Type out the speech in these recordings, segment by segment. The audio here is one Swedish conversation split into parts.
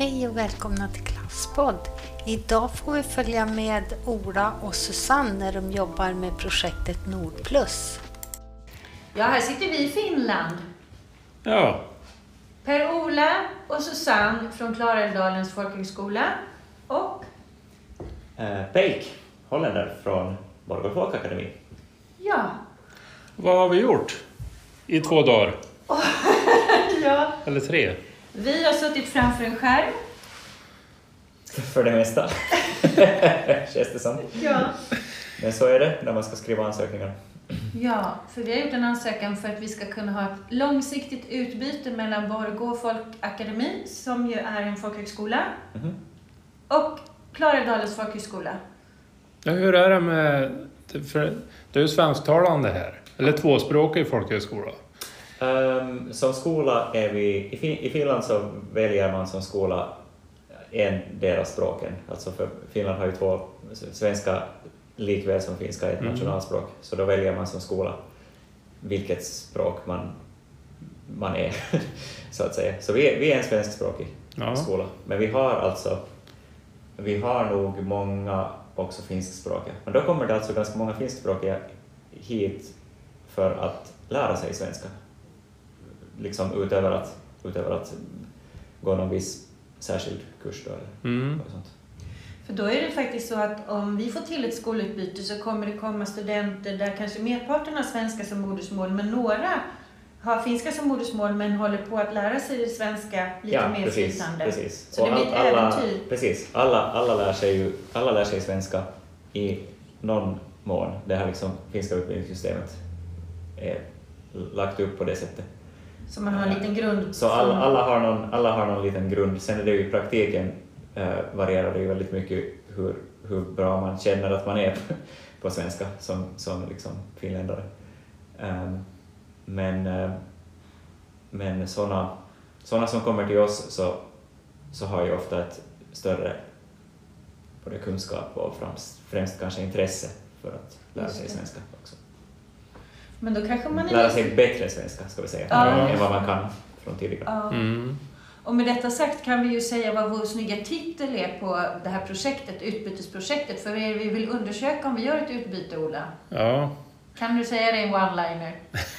Hej och välkomna till Klasspodd. Idag får vi följa med Ola och Susanne när de jobbar med projektet Nordplus. Ja, här sitter vi i Finland. Ja. Per-Ola och Susanne från Klarälvdalens folkhögskola och Peik, holländare från Borgå Folkakademi. ja. Vad har vi gjort i 2 dagar? Ja, Eller 3? vi har suttit framför en skärm. För det mesta, känns det som. Ja. Men så är det när man ska skriva ansökningar. Ja, för vi har gjort en ansökan för att vi ska kunna ha ett långsiktigt utbyte mellan Borgå Folkakademi, som ju är en folkhögskola, och Klarälvdalens folkhögskola. Ja, hur är det med... För det är ju svensktalande här. Eller tvåspråkig folkhögskola. Som skola är vi... I Finland så väljer man som skola en del av språken. Alltså för Finland har ju 2, svenska likväl som finska är ett nationalspråk. Så då väljer man som skola vilket språk man är, så att säga. Så vi är en svenskspråkig skola. Men vi har nog många också finskspråkiga. Men då kommer det alltså ganska många finskspråkiga hit för att lära sig svenska. Liksom utöver att gå någon viss särskild kurs då, eller sånt. För då är det faktiskt så att om vi får till ett skolutbyte så kommer det komma studenter där kanske merparten har svenska som modersmål, men några har finska som modersmål men håller på att lära sig det svenska lite mer flytande. Precis. Så det blir ett äventyr. Precis. Alla lär sig svenska i någon mån. Det här liksom finska utbildningssystemet är lagt upp på det sättet. Så man har en liten grund. Så alla har någon liten grund. Sen är det ju i praktiken varierar det ju väldigt mycket hur bra man känner att man är på svenska som liksom finländare. Men såna som kommer till oss så har ju ofta ett större både kunskap och främst kanske intresse för att lära sig svenska också. Men då kanske man lära sig bättre svenska, ska vi säga, än vad man kan från tidigare. Ja. Och med detta sagt kan vi ju säga vad vår snygga titel är på det här projektet, utbytesprojektet. För vi vill undersöka om vi gör ett utbyte, Ola. Ja. Kan du säga det i en one-liner?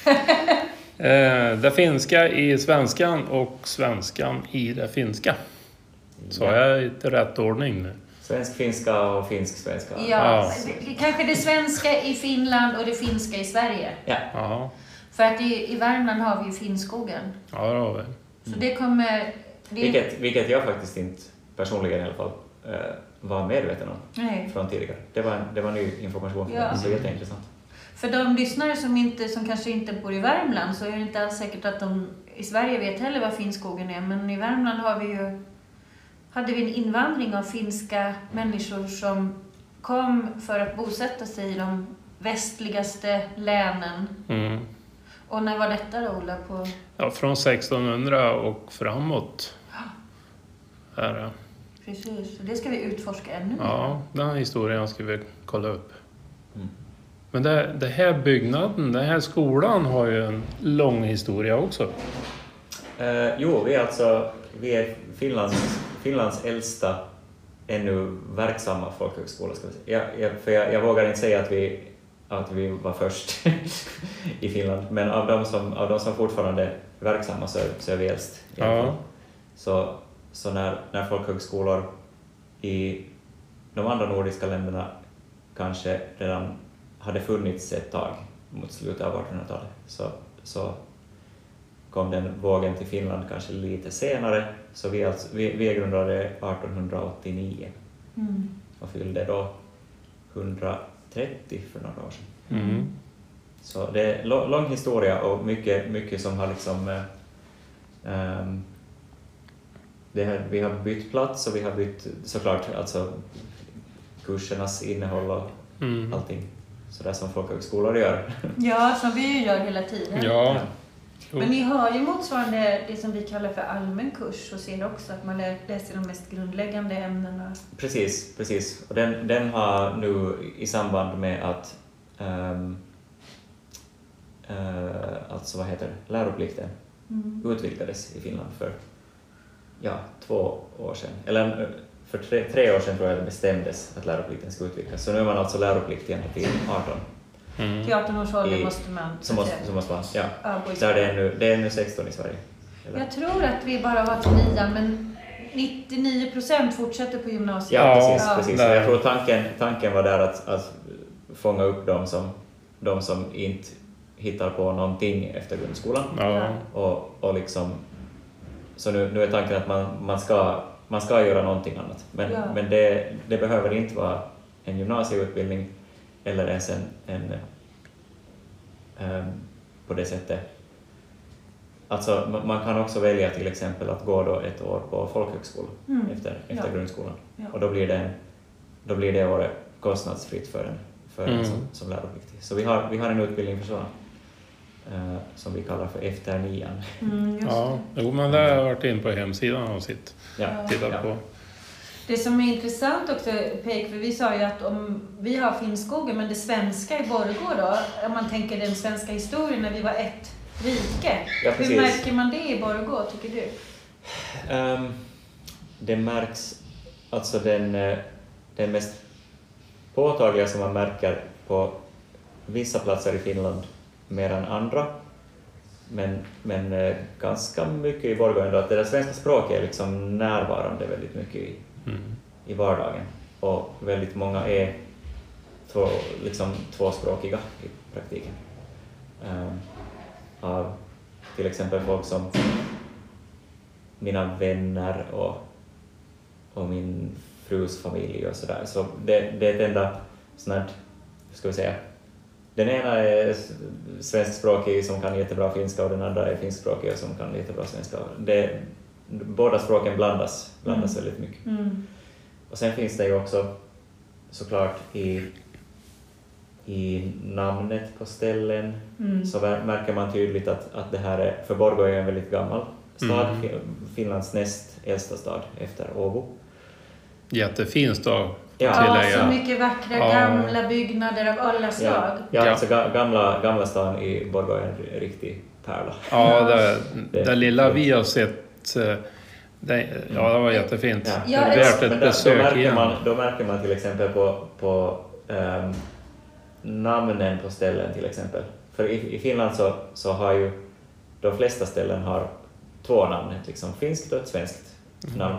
Det finska i svenskan och svenskan i det finska. Så är jag i rätt ordning nu. Svensk-finska och finsk-svenska. Ja, kanske det svenska i Finland och det finska i Sverige. Ja. För att i Värmland har vi ju Finnskogen. Ja, det har vi. Så det kommer... Vilket jag faktiskt inte, personligen i alla fall, var medveten om från tidigare. Det var ny information för mig, så jätteintressant. För de lyssnare som kanske inte bor i Värmland så är det inte alls säkert att de i Sverige vet heller vad Finnskogen är. Men i Värmland hade vi en invandring av finska människor som kom för att bosätta sig i de västligaste länen. Och när var detta då, Ola? Ja, från 1600 och framåt. Här. Precis, så det ska vi utforska ännu mer. Ja, den här historien ska vi kolla upp. Men det här byggnaden, den här skolan har ju en lång historia också. Vi är Finlands äldsta ännu verksamma folkhögskola, ska vi säga. Jag vågar inte säga att vi var först i Finland, men av de som fortfarande är verksamma så är vi äldst i alla fall. Så när folkhögskolor i de andra nordiska länderna kanske redan hade funnits ett tag mot slutet av 1800-talet så kom den vågen till Finland kanske lite senare, så vi är grundade 1889 och fyllde då 130 för några år sedan. Så det är lång historia och mycket som har liksom vi har bytt plats och vi har bytt såklart alltså kursernas innehåll och allting sådär som folkhögskolor gör. Ja, som vi ju gör hela tiden. Ja. Men ni har ju motsvarande det som vi kallar för allmän kurs och ser också att man läser de mest grundläggande ämnena. Precis. Och den har nu i samband med att alltså läroplikten utvidgades i Finland för 2 år sedan. Eller för 3 år sedan tror jag det bestämdes att läroplikten ska utvidgas. Så nu är man alltså läropliktig ända till 18. Till 18 års ålder måste man... Så måste man, ja. Där det är nu 16 i Sverige. Eller? Jag tror att vi bara har till 9, men 99% fortsätter på gymnasiet. Ja, precis. Jag tror tanken var där att fånga upp de som inte hittar på någonting efter grundskolan. Ja. Och liksom, så nu är tanken att man ska göra någonting annat. Men det behöver inte vara en gymnasieutbildning eller ens en på det sättet. Alltså man kan också välja till exempel att gå då 1 år på folkhögskola efter grundskolan. Ja. Och då blir det året kostnadsfritt för en som läropliktig. Så vi har en utbildning för sådana som vi kallar för efter 9:an. Men det har jag varit in på hemsidan och tittat på. Det som är intressant också, Pek, för vi sa ju att om vi har Finnskogen, men det svenska i Borgå då, om man tänker den svenska historien när vi var ett rike. Ja, hur märker man det i Borgå, tycker du? Det märks, alltså den mest påtagliga som man märker på vissa platser i Finland mer än andra, men ganska mycket i Borgå ändå, att det svenska språket är liksom närvarande väldigt mycket i vardagen, och väldigt många är tvåspråkiga i praktiken. Av till exempel folk som mina vänner och min frus familj och sådär. Så det är ett enda sånt, ska vi säga, den ena är svenskspråkig som kan jättebra finska och den andra är finskspråkig som kan jättebra svenska. Båda språken blandas väldigt mycket. Och sen finns det ju också såklart i namnet på ställen så märker man tydligt att det här är, för Borgå är en väldigt gammal stad, Finlands näst äldsta stad efter Åbo. Jättefin stad. Så mycket vackra gamla byggnader av alla slag. Alltså gamla stan i Borgå är en riktig pärla. Ja, det lilla vi har sett, det var jättefint. Det är värt ett besök igen. Då märker man till exempel på namnen på ställen till exempel. För i Finland så har ju de flesta ställen har 2 namn, liksom finskt och ett svenskt namn.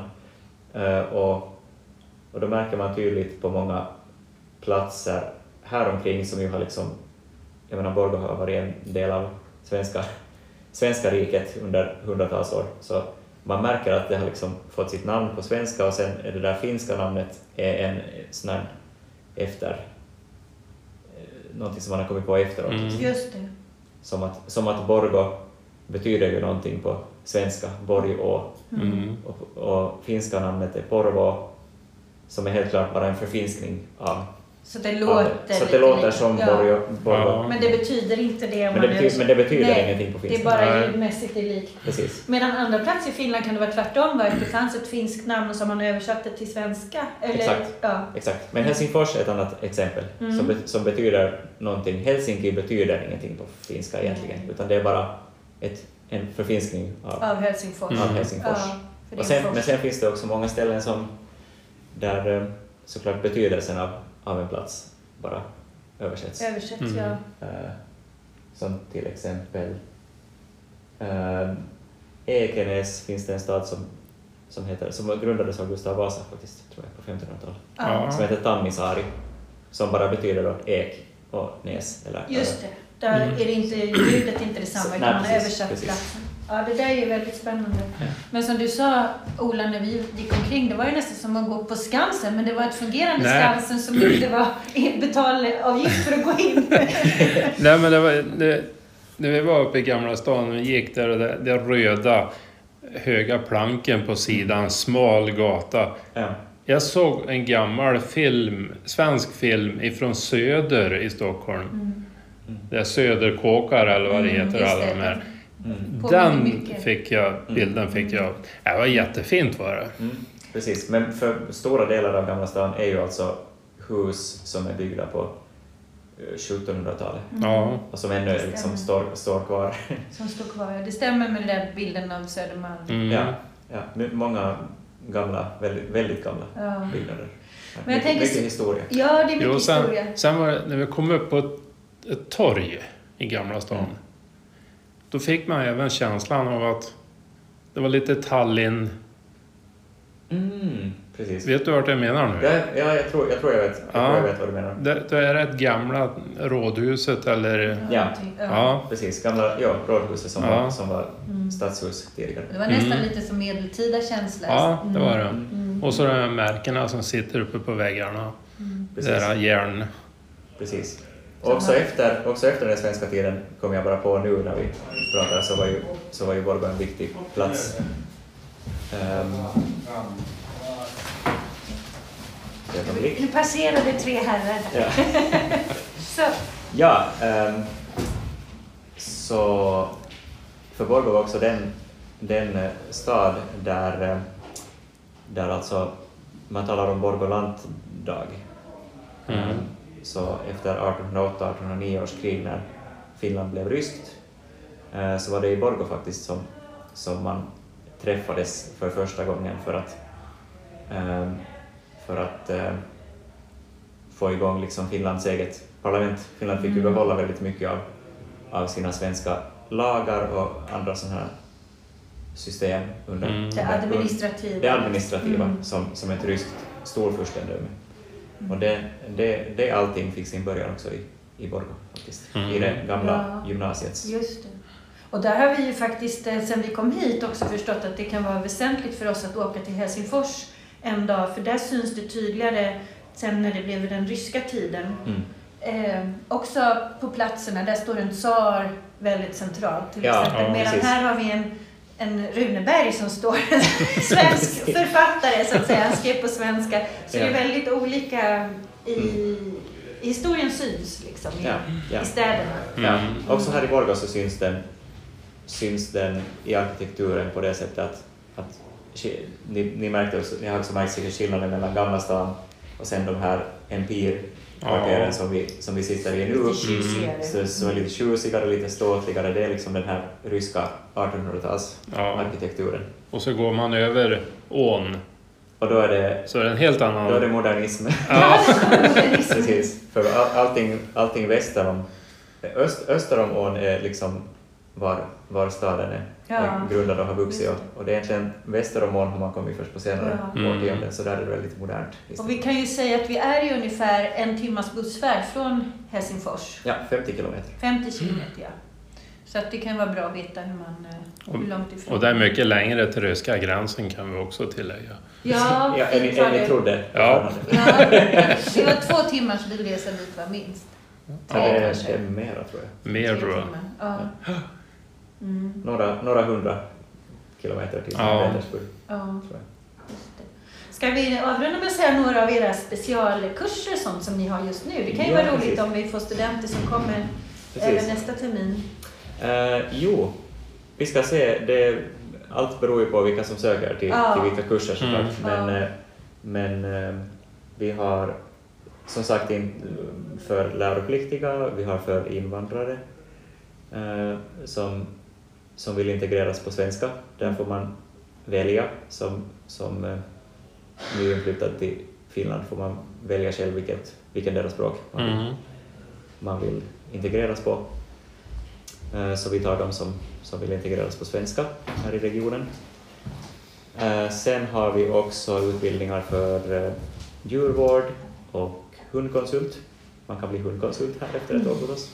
Och då märker man tydligt på många platser här omkring som ju har liksom, jag menar Borgå har varit en del av svenska riket under hundratals år. Så man märker att det har liksom fått sitt namn på svenska, och sen är det där finska namnet är en sån här efter någonting som man har kommit på efteråt. Just det. Som att Borgå betyder ju någonting på svenska, Borgå. Och finska namnet är Porvoo, som är helt klart bara en förfinskning av. Så det låter, så det låter som Borgå. Men det betyder inte det. Men det betyder ingenting på finska. Det är bara ljudmässigt är likt. Precis. Medan andra platser i Finland kan det vara tvärtom, var att det fanns ett finskt namn som man översatte till svenska. Eller, Exakt. Men Helsingfors är ett annat exempel som betyder någonting. Helsinki betyder ingenting på finska egentligen, utan det är bara en förfinskning av Helsingfors. Men sen finns det också många ställen där såklart betydelsen av en plats bara översätts. Som till exempel Ekenäs finns det en stad som grundades av Gustav Vasa faktiskt, tror jag, på 1500-talet. Som heter Tammisaari, som bara betyder då ek och näs. Eller just det, där är det inte ljudet inte detsamma, utan man har översatt platsen. Ja, det där är väldigt spännande. Ja. Men som du sa, Ola, när vi gick omkring, det var ju nästan som att gå på Skansen, men det var ett fungerande Skansen som inte var betalavgift för att gå in. Nej, men när vi var uppe i Gamla stan och gick där, och det röda höga planken på sidan, smal gata. Ja. Jag såg en gammal svensk film ifrån Söder i Stockholm. Det är Söderkåkar eller vad det heter, alla de här. Bilden fick jag. Det var jättefint var det. Precis, men för stora delar av Gamla stan är ju alltså hus som är byggda på 1700-talet. Och som ännu liksom står kvar. Som står kvar, det stämmer med den där bilden av Södermalm. många gamla, väldigt, väldigt gamla byggnader. Men jag tänker, mycket historia. Ja, det är mycket historia. Sen var det, när vi kom upp på ett torg i Gamla stan, då fick man även känslan av att det var lite Tallinn. Precis. Vet du vad jag menar nu? Ja, jag tror jag vet. Jag vet vad du menar. Det är ett gamla rådhuset eller... Ja, precis. Gamla rådhuset som var stadshus tidigare. Det var nästan lite som medeltida känsla. Ja, det var det. Och så de här märkena som sitter uppe på väggarna. Det där järn. Precis. Också efter den svenska tiden, kom jag bara på nu när vi pratar, så var ju Borgå en viktig plats. Nu passerade 3 herrar. Så för Borgå var också den stad där alltså man talar om Borgå lantdag. Så efter 1808-1809 års krig när Finland blev ryskt, så var det i Borgå faktiskt som man träffades för första gången för att få igång liksom Finlands eget parlament. Finland fick ju behålla väldigt mycket av sina svenska lagar och andra sådana här system under det administrativa som ett ryskt storfurstendöme. Och det allting fick sin början också i Borgå faktiskt, i det gamla gymnasiets. Just det. Och där har vi ju faktiskt sen vi kom hit också förstått att det kan vara väsentligt för oss att åka till Helsingfors en dag, för där syns det tydligare sen när det blev den ryska tiden. Också på platserna, där står en tsar väldigt centralt till exempel. Medan här har vi en Runeberg som står en svensk författare så att säga, han skrev på svenska. Så det är väldigt olika i historien syns liksom i städerna. Också här i Borgå så syns den i arkitekturen på det sättet att ni har också märkt skillnaden mellan Gamla stan och sen de här empirkvarteren som vi sitter i nu. Så är lite tjusigare, lite ståtligare. Det är liksom den här ryska 1800-tals arkitekturen. Och så går man över ån. Och då är det, så är det en helt annan... Då är det modernism. Precis. För allting väster om ån är liksom var staden är grundad och har vuxit. Och det är egentligen väster om ån har man kommit först på senare årtionden, så där är det väldigt modernt. Och vi kan ju säga att vi är ju ungefär 1 timmas bussfärd från Helsingfors. Ja, 50 kilometer. 50 kilometer, Så att det kan vara bra att veta hur långt ifrån. Och det är mycket längre till ryska gränsen kan vi också tillägga. Än ni trodde. Ja. Det var 2 timmars bilresa dit var minst. Det är mera tror jag. Mer tror jag. Några 100 kilometer till Petersburg. Ska vi avrunda med att säga några av era specialkurser sånt som ni har just nu? Det kan ju vara roligt om vi får studenter som kommer även nästa termin. Vi ska se. Allt beror ju på vilka som söker till vilka kurser såklart. Men vi har som sagt för läropliktiga, vi har för invandrare som vill integreras på svenska. Där får man välja som nyinflyttad till Finland får man välja själv vilken deras språk man vill integreras på. Så vi tar dem som vill integreras på svenska här i regionen. Sen har vi också utbildningar för djurvård och hundkonsult. Man kan bli hundkonsult här efter ett år hos oss.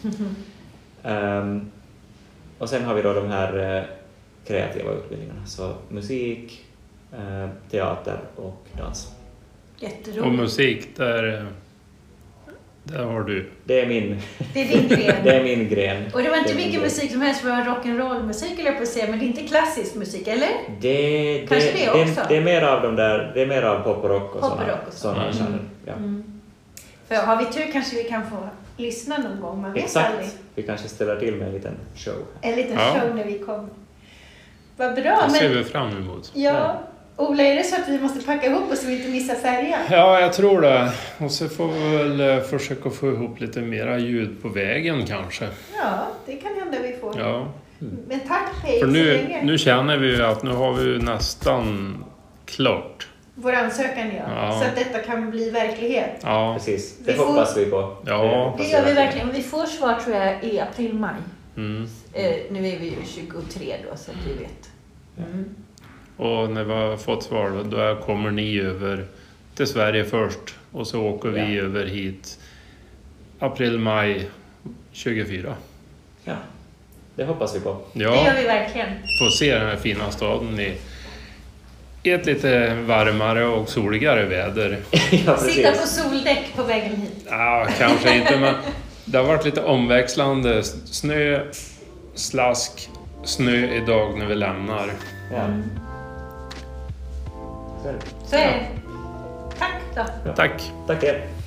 Och sen har vi då de här kreativa utbildningarna. Så musik, teater och dans. Jätteroligt. Och musik, där har du. Det är din gren. Det är min gren. Och det var inte vilken musik som helst, det var rock'n'roll-musik eller på att säga, men det är inte klassisk musik, eller? Kanske det också? Det är mer av de där, det är mer av pop och rock och sådana genrer. Ja. För har vi tur kanske vi kan få lyssna någon gång, man vet Exakt. aldrig. Vi kanske ställer till med en liten show. En liten show när vi kommer. Vad bra. Det ser vi fram emot. Ja. Ola, är det så att vi måste packa ihop oss så vi inte missar färjan? Ja, jag tror det. Och så får vi väl försöka få ihop lite mera ljud på vägen kanske. Ja, det kan hända vi får. Ja. Men tack Pej För så länge. nu känner vi ju att nu har vi ju nästan klart. Vår ansökan så att detta kan bli verklighet. Ja. Precis, det hoppas vi på. Ja. Det gör vi verkligen. Vi får svar tror jag i april-maj. Mm. Nu är vi ju 23 då så att vi vet. Och när vi har fått svar då kommer ni över till Sverige först och så åker vi över hit april-maj 24. Ja, det hoppas vi på. Ja, Det gör vi verkligen. får se den här fina staden i ett lite varmare och soligare väder. Sitta på soldäck på vägen hit. Ja, kanske inte, men det har varit lite omväxlande. Snö, slask, snö idag när vi lämnar. Ja. Så är det. Tack då. Tack! Tack er.